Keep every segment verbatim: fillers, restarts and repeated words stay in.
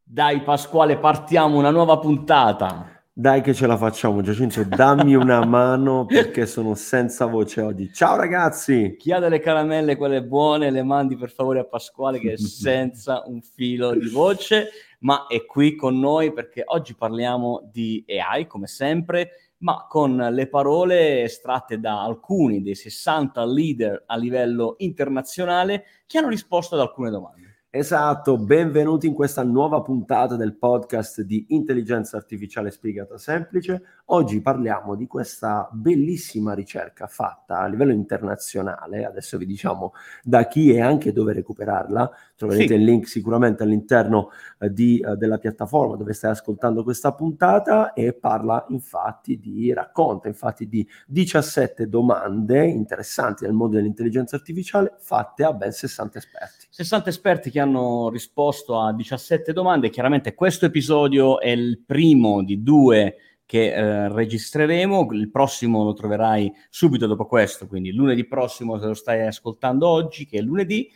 Dai Pasquale, partiamo, una nuova puntata. Dai che ce la facciamo, Giacinto, dammi una mano perché sono senza voce oggi. Ciao ragazzi! Chi ha delle caramelle, quelle buone, le mandi per favore a Pasquale che è senza un filo di voce, ma è qui con noi perché oggi parliamo di A I, come sempre, ma con le parole estratte da alcuni dei sessanta leader a livello internazionale che hanno risposto ad alcune domande. Esatto, benvenuti in questa nuova puntata del podcast di Intelligenza Artificiale Spiegata Semplice. Oggi parliamo di questa bellissima ricerca fatta a livello internazionale, adesso vi diciamo da chi e anche dove recuperarla, troverete sì. il link sicuramente all'interno eh, di, eh, della piattaforma dove stai ascoltando questa puntata, e parla infatti di, racconta infatti di diciassette domande interessanti nel mondo dell'intelligenza artificiale fatte a ben sessanta esperti. sessanta esperti che hanno risposto a diciassette domande. Chiaramente questo episodio è il primo di due che eh, registreremo, il prossimo lo troverai subito dopo questo, quindi lunedì prossimo, se lo stai ascoltando oggi, che è lunedì.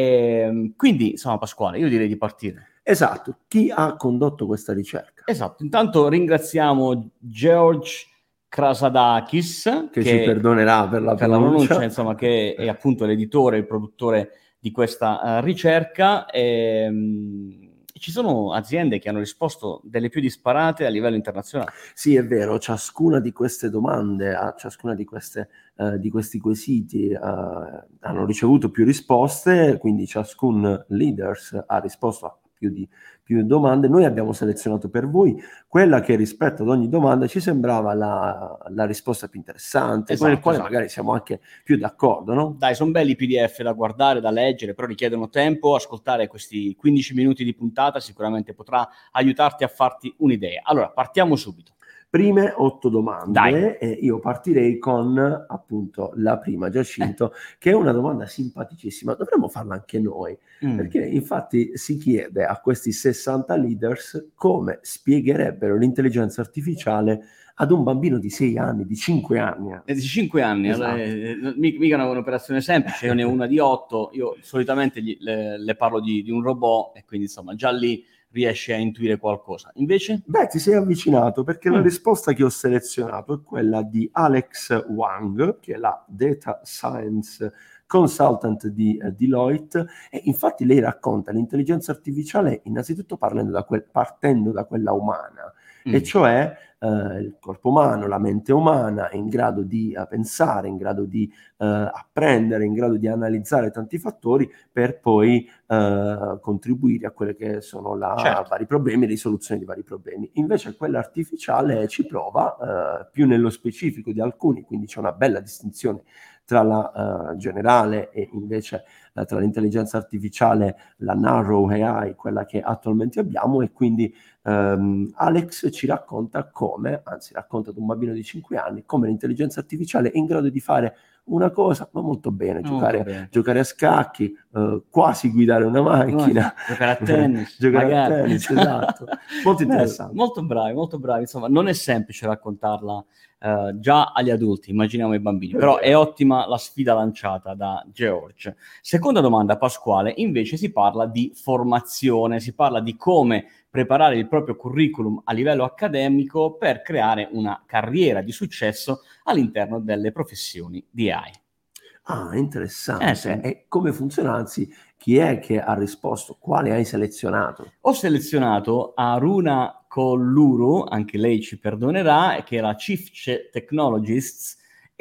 E, quindi, insomma, Pasquale, io direi di partire. Esatto, chi ha condotto questa ricerca? Esatto, intanto ringraziamo George Krasadakis, che, che ci perdonerà per la per pronuncia, la pronuncia, insomma, che è appunto l'editore, il produttore di questa uh, ricerca. E, um, ci sono aziende che hanno risposto delle più disparate a livello internazionale. Sì, è vero, ciascuna di queste domande, a ciascuna di, queste, uh, di questi quesiti uh, hanno ricevuto più risposte, quindi ciascun leaders ha risposto a più di più domande. Noi abbiamo selezionato per voi quella che rispetto ad ogni domanda ci sembrava la, la risposta più interessante, esatto, con il quale esatto. magari siamo anche più d'accordo, no? Dai, sono belli i P D F da guardare, da leggere, però richiedono tempo. Ascoltare questi quindici minuti di puntata sicuramente potrà aiutarti a farti un'idea. Allora, partiamo subito. Prime otto domande. Dai. E io partirei con appunto la prima, Giacinto, eh. che è una domanda simpaticissima. Dovremmo farla anche noi, mm. perché infatti si chiede a questi sessanta leaders come spiegherebbero l'intelligenza artificiale ad un bambino di sei anni, di cinque anni. Eh, di cinque anni, esatto. eh, mica un'operazione semplice, io ne ho una di otto, io solitamente gli, le, le parlo di, di un robot, e quindi insomma già lì riesce a intuire qualcosa. Invece? Beh, ti sei avvicinato, perché mm. la risposta che ho selezionato è quella di Alex Wang, che è la Data Science Consultant di uh, Deloitte, e infatti lei racconta l'intelligenza artificiale innanzitutto partendo da, quel, partendo da quella umana, mm. e cioè uh, il corpo umano, la mente umana è in grado di uh, pensare, in grado di uh, apprendere, in grado di analizzare tanti fattori per poi uh, contribuire a quelle che sono la, certo. vari problemi e risoluzione di vari problemi. Invece quella artificiale ci prova uh, più nello specifico di alcuni, quindi c'è una bella distinzione tra la uh, generale e invece uh, tra l'intelligenza artificiale, la narrow A I, quella che attualmente abbiamo, e quindi um, Alex ci racconta come, anzi racconta ad un bambino di cinque anni, come l'intelligenza artificiale è in grado di fare una cosa, ma molto bene, giocare, molto bene. giocare a scacchi, uh, quasi guidare una macchina, no, giocare a tennis, giocare magari. a tennis, esatto, molto interessante. Beh, molto bravi, molto bravi, insomma non è semplice raccontarla Uh, già agli adulti, immaginiamo i bambini, però è ottima la sfida lanciata da George. Seconda domanda, Pasquale, invece si parla di formazione, si parla di come preparare il proprio curriculum a livello accademico per creare una carriera di successo all'interno delle professioni di A I. Ah, interessante. Eh, sì. E come funziona? Anzi, chi è che ha risposto? Quale hai selezionato? Ho selezionato Aruna Kolluru, anche lei ci perdonerà, che è la Chief Technologist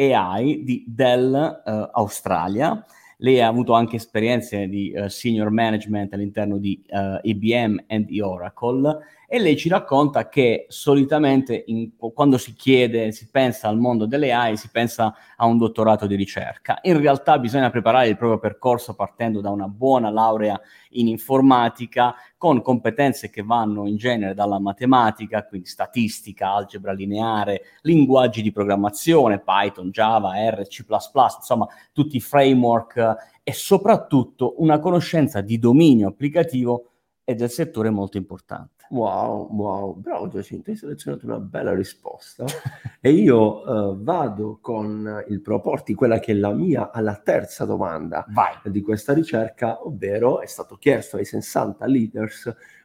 A I di Dell uh, Australia. Lei ha avuto anche esperienze di uh, senior management all'interno di uh, I B M e di Oracle, e lei ci racconta che solitamente in, quando si chiede, si pensa al mondo delle A I, si pensa a un dottorato di ricerca. In realtà bisogna preparare il proprio percorso partendo da una buona laurea in informatica, con competenze che vanno in genere dalla matematica, quindi statistica, algebra lineare, linguaggi di programmazione, Python, Java, R, C plus plus, insomma tutti i framework, e soprattutto una conoscenza di dominio applicativo e del settore molto importante. Wow, wow, bravo Giacinto, hai selezionato una bella risposta e io uh, vado con il proporti quella che è la mia alla terza domanda. Vai. Di questa ricerca, ovvero è stato chiesto ai sessanta leaders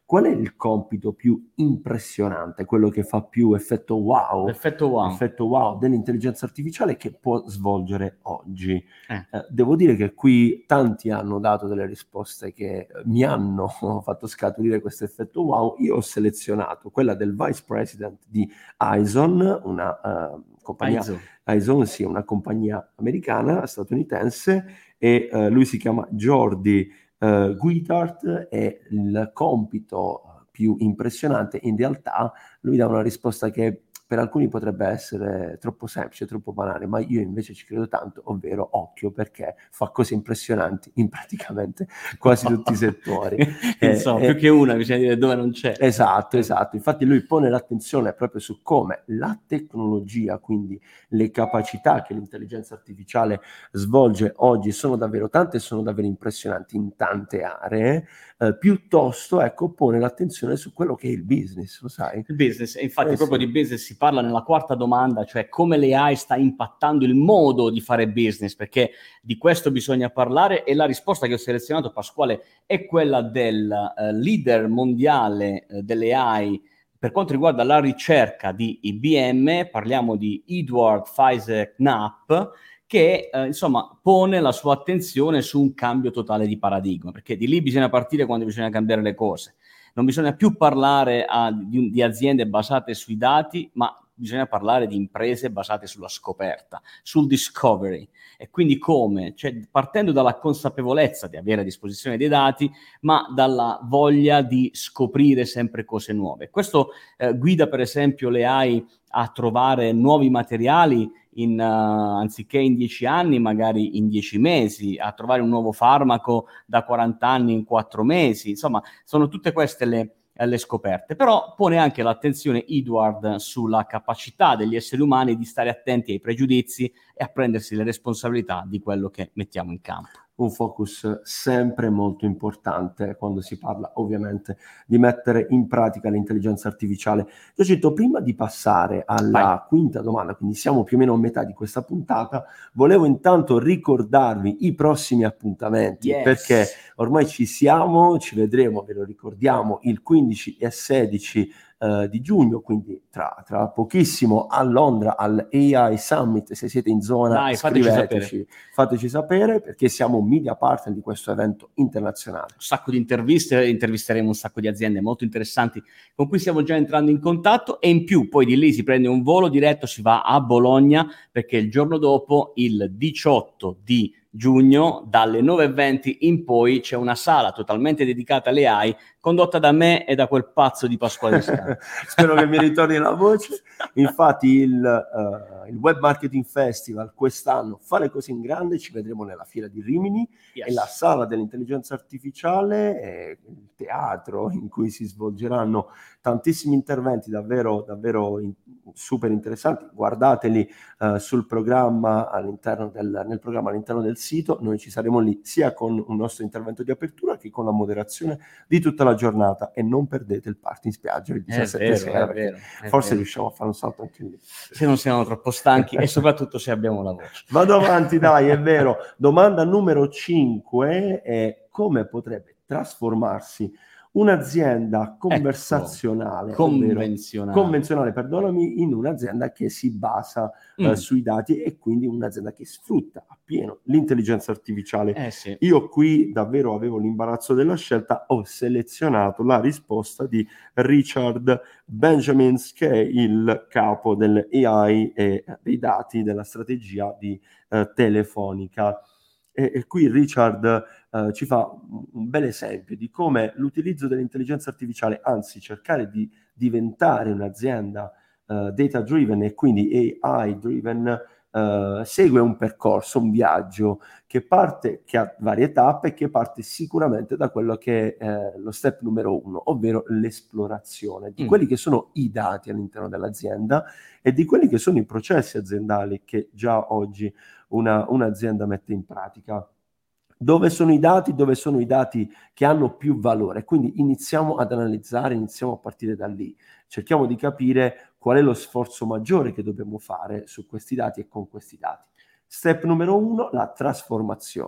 qual è il compito più impressionante, quello che fa più effetto wow, Effetto wow. effetto wow dell'intelligenza artificiale che può svolgere oggi? Eh. Eh, devo dire che qui tanti hanno dato delle risposte che mi hanno fatto scaturire questo effetto wow. Io ho selezionato quella del vice president di Aizon, una uh, compagnia, Aizon. Aizon sì, una compagnia americana, statunitense, e uh, lui si chiama Jordi uh, Guitart, e il compito più impressionante, in realtà lui dà una risposta che per alcuni potrebbe essere troppo semplice, troppo banale, ma io invece ci credo tanto, ovvero occhio, perché fa cose impressionanti in praticamente quasi tutti i settori. Insomma, eh, più che una, bisogna dire dove non c'è. Esatto, Eh. esatto. Infatti lui pone l'attenzione proprio su come la tecnologia, quindi le capacità che l'intelligenza artificiale svolge oggi sono davvero tante e sono davvero impressionanti in tante aree, eh, piuttosto, ecco, pone l'attenzione su quello che è il business, lo sai? Il business, e infatti Eh, proprio sì. di business si parla nella quarta domanda, cioè come l'A I sta impattando il modo di fare business, perché di questo bisogna parlare, e la risposta che ho selezionato, Pasquale, è quella del uh, leader mondiale uh, delle A I per quanto riguarda la ricerca di I B M. Parliamo di Edward Feiser Knapp, che eh, insomma pone la sua attenzione su un cambio totale di paradigma, perché di lì bisogna partire quando bisogna cambiare le cose. Non bisogna più parlare a, di, di aziende basate sui dati, ma bisogna parlare di imprese basate sulla scoperta, sul discovery. E quindi come? Cioè, partendo dalla consapevolezza di avere a disposizione dei dati, ma dalla voglia di scoprire sempre cose nuove. Questo eh, guida per esempio le A I a trovare nuovi materiali in, uh, anziché in dieci anni, magari in dieci mesi, a trovare un nuovo farmaco da quaranta anni in quattro mesi. Insomma, sono tutte queste le, le scoperte. Però pone anche l'attenzione Edward sulla capacità degli esseri umani di stare attenti ai pregiudizi e a prendersi le responsabilità di quello che mettiamo in campo. Un focus sempre molto importante quando si parla ovviamente di mettere in pratica l'intelligenza artificiale. Giacinto, prima di passare alla Vai. quinta domanda, quindi siamo più o meno a metà di questa puntata, volevo intanto ricordarvi i prossimi appuntamenti, Yes. perché ormai ci siamo, ci vedremo, ve lo ricordiamo, il quindici e sedici Uh, di giugno, quindi tra, tra pochissimo a Londra al A I Summit. Se siete in zona, Dai, fateci scriveteci, sapere. fateci sapere, perché siamo media partner di questo evento internazionale. Un sacco di interviste, intervisteremo un sacco di aziende molto interessanti con cui stiamo già entrando in contatto, e in più poi di lì si prende un volo diretto, si va a Bologna, perché il giorno dopo, il diciotto di giugno, dalle nove e venti in poi, c'è una sala totalmente dedicata alle A I, condotta da me e da quel pazzo di Pasquale Scala. Spero che mi ritorni la voce. Infatti il, uh, il Web Marketing Festival quest'anno fa le cose in grande, ci vedremo nella fiera di Rimini, Yes. e la sala dell'intelligenza artificiale è il teatro in cui si svolgeranno tantissimi interventi davvero, davvero in, super interessanti. Guardateli uh, sul programma all'interno del, nel programma all'interno del sito. Noi ci saremo lì sia con un nostro intervento di apertura che con la moderazione di tutta la giornata, e non perdete il party in spiaggia il diciassette vero, sera, è perché vero, è forse vero. riusciamo a fare un salto anche lì. Se non siamo troppo stanchi e soprattutto se abbiamo la voce. Vado avanti, dai, è vero. Domanda numero cinque è: come potrebbe trasformarsi un'azienda conversazionale, ecco, ovvero convenzionale. convenzionale, perdonami, in un'azienda che si basa Mm. eh, sui dati, e quindi un'azienda che sfrutta appieno l'intelligenza artificiale. Eh sì. Io qui davvero avevo l'imbarazzo della scelta, ho selezionato la risposta di Richard Benjamins, che è il capo delle A I e dei dati della strategia di eh, Telefonica. E, e qui Richard eh, ci fa un, un bel esempio di come l'utilizzo dell'intelligenza artificiale, anzi cercare di diventare un'azienda eh, data driven e quindi A I driven, Uh, segue un percorso, un viaggio che parte, che ha varie tappe, che parte sicuramente da quello che è eh, lo step numero uno, ovvero l'esplorazione di Mm. quelli che sono i dati all'interno dell'azienda e di quelli che sono i processi aziendali che già oggi una, un'azienda mette in pratica. Dove sono i dati? Dove sono i dati che hanno più valore? Quindi iniziamo ad analizzare, iniziamo a partire da lì. Cerchiamo di capire qual è lo sforzo maggiore che dobbiamo fare su questi dati e con questi dati. Step numero uno, la trasformazione.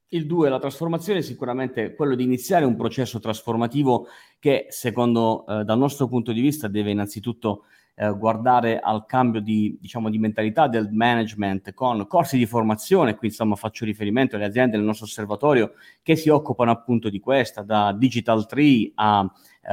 Il due, la trasformazione, sicuramente quello di iniziare un processo trasformativo che, secondo, eh, dal nostro punto di vista, deve innanzitutto eh, guardare al cambio di, diciamo, di mentalità del management con corsi di formazione. Qui, insomma, faccio riferimento alle aziende del nostro osservatorio che si occupano appunto di questa, da Digital Tree a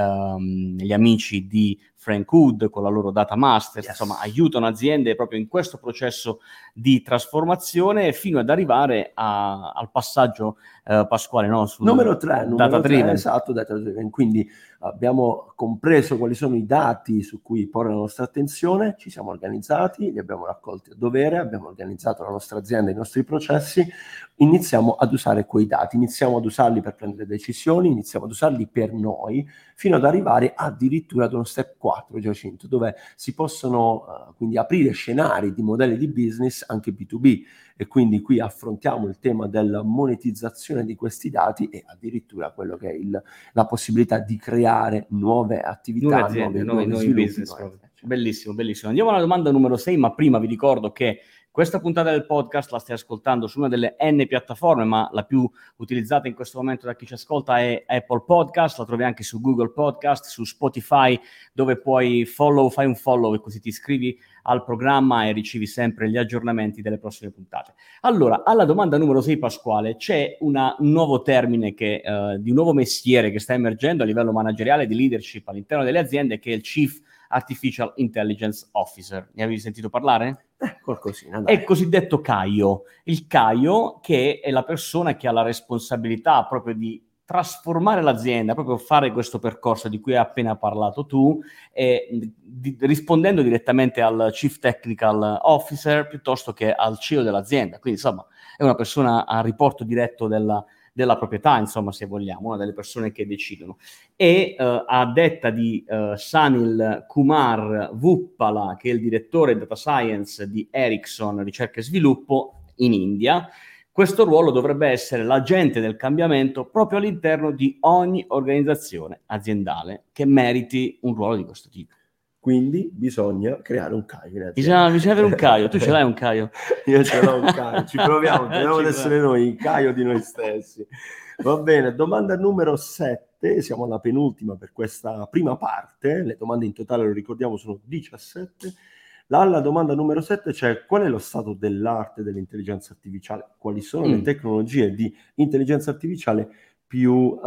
ehm, gli amici di Frank Hood con la loro Data Masters, yes. Insomma, aiutano aziende proprio in questo processo di trasformazione fino ad arrivare a, al passaggio eh, Pasquale, no? Sul numero tre, numero tre, esatto, data driven. Quindi abbiamo compreso quali sono i dati su cui porre la nostra attenzione, ci siamo organizzati, li abbiamo raccolti a dovere, abbiamo organizzato la nostra azienda, i nostri processi, iniziamo ad usare quei dati, iniziamo ad usarli per prendere decisioni, iniziamo ad usarli per noi, fino ad arrivare addirittura ad uno step quattro, Giacinto, dove si possono uh, quindi aprire scenari di modelli di business anche B due B, e quindi qui affrontiamo il tema della monetizzazione di questi dati e addirittura quello che è il, la possibilità di creare nuove attività, nuove aziende, nuovi, nuovi, nuovi business. Nuove. Bellissimo, bellissimo. Andiamo alla domanda numero sei, ma prima vi ricordo che questa puntata del podcast la stai ascoltando su una delle N piattaforme, ma la più utilizzata in questo momento da chi ci ascolta è Apple Podcast, la trovi anche su Google Podcast, su Spotify, dove puoi follow, fai un follow e così ti iscrivi al programma e ricevi sempre gli aggiornamenti delle prossime puntate. Allora, alla domanda numero sei, Pasquale, c'è una, un nuovo termine che, uh, di un nuovo mestiere che sta emergendo a livello manageriale di leadership all'interno delle aziende, che è il Chief Artificial Intelligence Officer. Ne avevi sentito parlare? Eh, qualcosina, dai. È il cosiddetto C A I O. Il C A I O, che è la persona che ha la responsabilità proprio di trasformare l'azienda, proprio fare questo percorso di cui hai appena parlato tu, e di, rispondendo direttamente al Chief Technical Officer piuttosto che al C E O dell'azienda. Quindi, insomma, è una persona a riporto diretto della della proprietà, insomma, se vogliamo, una delle persone che decidono. E uh, a detta di uh, Sanil Kumar Vuppala, che è il direttore data science di Ericsson Ricerca e Sviluppo in India, questo ruolo dovrebbe essere l'agente del cambiamento proprio all'interno di ogni organizzazione aziendale che meriti un ruolo di questo tipo. Quindi bisogna creare un C A I O. Bisogna, bisogna avere un C A I O. Tu ce l'hai un C A I O? Io ce l'ho un C A I O. Ci proviamo, proviamo ad essere noi il C A I O di noi stessi. Va bene, domanda numero sette, siamo alla penultima per questa prima parte. Le domande in totale, lo ricordiamo, sono diciassette. Alla domanda numero sette c'è: qual è lo stato dell'arte dell'intelligenza artificiale? Quali sono mm. le tecnologie di intelligenza artificiale più uh,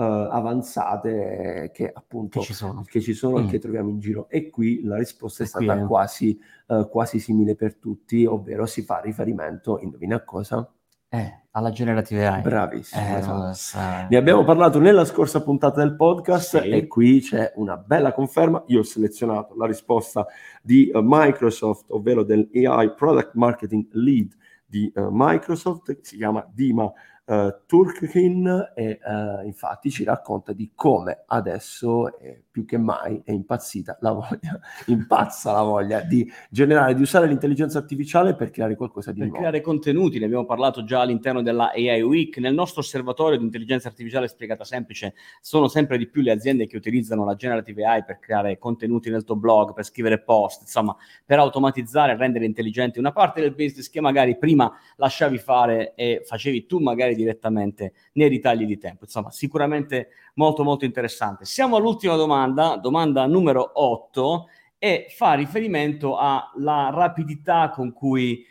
avanzate che appunto che ci sono, che ci sono mm. e che troviamo in giro? E qui la risposta è e stata quasi, uh, quasi simile per tutti, ovvero si fa riferimento, indovina a cosa? Eh, alla generative A I. Bravissimo, eh, esatto. so. Ne abbiamo parlato nella scorsa puntata del podcast, sì. E qui c'è una bella conferma. Io ho selezionato la risposta di uh, Microsoft, ovvero del A I Product Marketing Lead di uh, Microsoft, che si chiama Dima Uh, Turkkin, e uh, infatti ci racconta di come adesso eh, più che mai è impazzita la voglia, impazza la voglia di generare, di usare l'intelligenza artificiale per creare qualcosa di per nuovo. Per creare contenuti, ne abbiamo parlato già all'interno della A I Week. Nel nostro osservatorio di intelligenza artificiale spiegata semplice sono sempre di più le aziende che utilizzano la generative A I per creare contenuti nel tuo blog, per scrivere post, insomma, per automatizzare e rendere intelligente una parte del business che magari prima lasciavi fare e facevi tu magari direttamente nei ritagli di tempo. Insomma, sicuramente molto molto interessante. Siamo all'ultima domanda, domanda numero otto, e fa riferimento alla rapidità con cui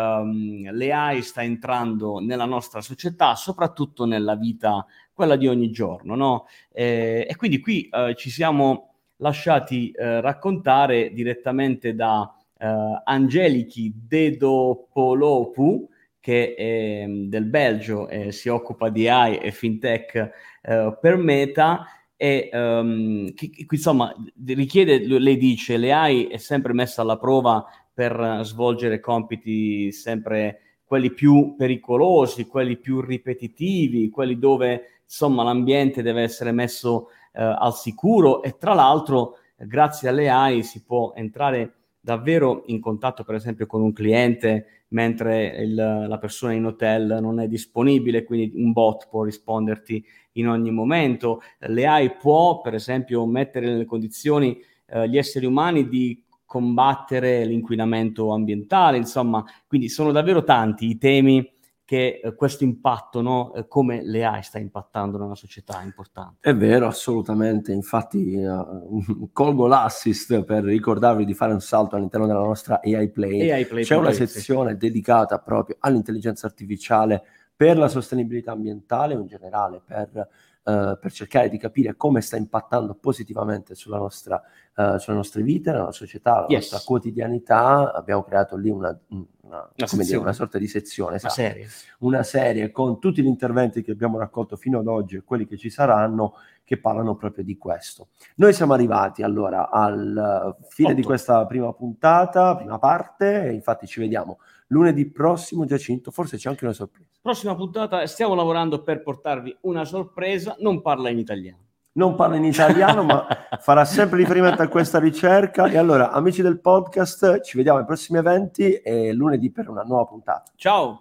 um, l'A I sta entrando nella nostra società, soprattutto nella vita, quella di ogni giorno, no? Eh, e quindi qui eh, ci siamo lasciati eh, raccontare direttamente da eh, Angeliki Dedopoulopu, che è del Belgio, eh, si occupa di A I e fintech eh, per Meta, e um, che, che, insomma richiede, lei dice, l'A I è sempre messa alla prova per svolgere compiti sempre quelli più pericolosi, quelli più ripetitivi, quelli dove insomma l'ambiente deve essere messo eh, al sicuro, e tra l'altro grazie alle A I si può entrare davvero in contatto per esempio con un cliente mentre il, la persona in hotel non è disponibile, quindi un bot può risponderti in ogni momento. L'A I può per esempio mettere nelle condizioni eh, gli esseri umani di combattere l'inquinamento ambientale, insomma, quindi sono davvero tanti i temi che eh, questo impatto, no? Eh, come l'A I sta impattando nella società è importante. È vero, assolutamente. Infatti uh, colgo l'assist per ricordarvi di fare un salto all'interno della nostra A I Play. A I Play C'è una Play, sezione sì. dedicata proprio all'intelligenza artificiale per la sostenibilità ambientale o in generale per, uh, per cercare di capire come sta impattando positivamente sulla nostra, uh, sulle nostre vite, nella società, la Yes. nostra quotidianità. Abbiamo creato lì una, una, Una, come dire, una sorta di sezione, una esatto. serie. Una serie con tutti gli interventi che abbiamo raccolto fino ad oggi e quelli che ci saranno, che parlano proprio di questo. Noi siamo arrivati allora al fine Otto. di questa prima puntata, prima parte, e infatti ci vediamo lunedì prossimo, Giacinto, forse c'è anche una sorpresa. Prossima puntata, stiamo lavorando per portarvi una sorpresa, non parla in italiano. Non parla in italiano, ma farà sempre riferimento a questa ricerca. E allora, amici del podcast, ci vediamo ai prossimi eventi e lunedì per una nuova puntata. Ciao!